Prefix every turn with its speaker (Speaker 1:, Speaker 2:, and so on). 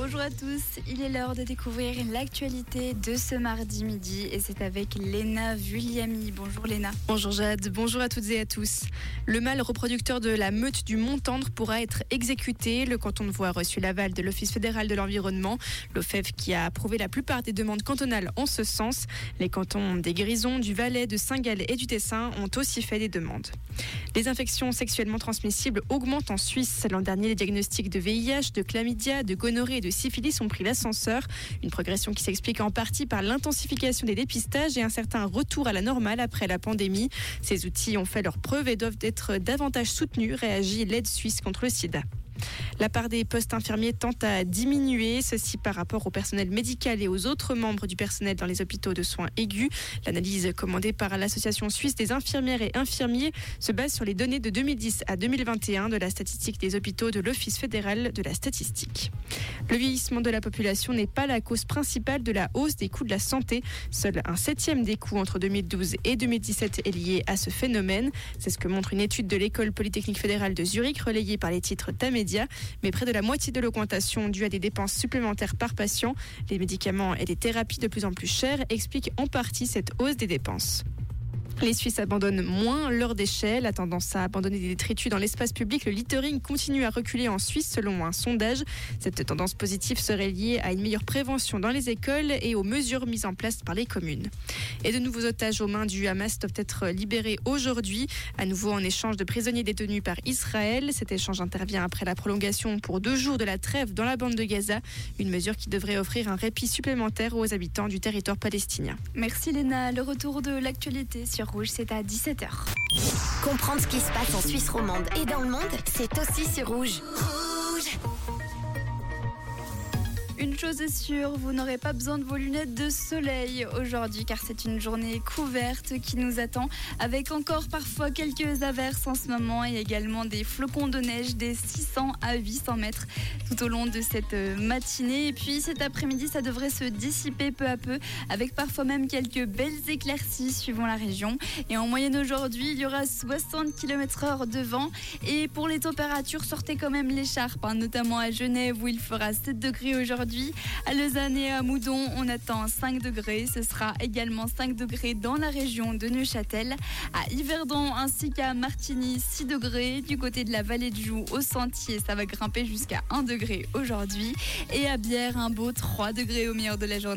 Speaker 1: Bonjour à tous, il est l'heure de découvrir l'actualité de ce mardi midi et c'est avec Léna Vulliamy. Bonjour Léna.
Speaker 2: Bonjour Jade, bonjour à toutes et à tous. Le mâle reproducteur de la meute du Mont-Tendre pourra être exécuté. Le canton de Vaud a reçu l'aval de l'Office fédéral de l'environnement, l'OFEV qui a approuvé la plupart des demandes cantonales en ce sens. Les cantons des Grisons, du Valais, de Saint-Gall et du Tessin ont aussi fait des demandes. Les infections sexuellement transmissibles augmentent en Suisse. L'an dernier, les diagnostics de VIH, de chlamydia, de gonorrhée et de syphilis ont pris l'ascenseur. Une progression qui s'explique en partie par l'intensification des dépistages et un certain retour à la normale après la pandémie. Ces outils ont fait leurs preuves et doivent être davantage soutenus, réagit l'aide suisse contre le sida. La part des postes infirmiers tend à diminuer, ceci par rapport au personnel médical et aux autres membres du personnel dans les hôpitaux de soins aigus. L'analyse commandée par l'Association suisse des infirmières et infirmiers se base sur les données de 2010 à 2021 de la statistique des hôpitaux de l'Office fédéral de la statistique. Le vieillissement de la population n'est pas la cause principale de la hausse des coûts de la santé. Seul un septième des coûts entre 2012 et 2017 est lié à ce phénomène. C'est ce que montre une étude de l'École polytechnique fédérale de Zurich relayée par les titres Tamedia. Mais près de la moitié de l'augmentation due à des dépenses supplémentaires par patient, les médicaments et les thérapies de plus en plus chères expliquent en partie cette hausse des dépenses. Les Suisses abandonnent moins leurs déchets. La tendance à abandonner des détritus dans l'espace public, le littering, continue à reculer en Suisse selon un sondage. Cette tendance positive serait liée à une meilleure prévention dans les écoles et aux mesures mises en place par les communes. Et de nouveaux otages aux mains du Hamas doivent être libérés aujourd'hui, à nouveau en échange de prisonniers détenus par Israël. Cet échange intervient après la prolongation pour 2 jours de la trêve dans la bande de Gaza, une mesure qui devrait offrir un répit supplémentaire aux habitants du territoire palestinien.
Speaker 1: Merci Léna, le retour de l'actualité sur Rouge, c'est à 17h.
Speaker 3: Comprendre ce qui se passe en Suisse romande et dans le monde, c'est aussi sur Rouge. Rouge.
Speaker 1: Une chose est sûre, vous n'aurez pas besoin de vos lunettes de soleil aujourd'hui car c'est une journée couverte qui nous attend avec encore parfois quelques averses en ce moment et également des flocons de neige des 600 à 800 mètres tout au long de cette matinée. Et puis cet après-midi, ça devrait se dissiper peu à peu avec parfois même quelques belles éclaircies suivant la région. Et en moyenne aujourd'hui, il y aura 60 km/h de vent. Et pour les températures, sortez quand même l'écharpe, notamment à Genève où il fera 7 degrés aujourd'hui. À Lausanne et à Moudon, on attend 5 degrés. Ce sera également 5 degrés dans la région de Neuchâtel. À Yverdon ainsi qu'à Martigny, 6 degrés. Du côté de la vallée de Joux, au Sentier, ça va grimper jusqu'à 1 degré aujourd'hui. Et à Bière, un beau 3 degrés au meilleur de la journée.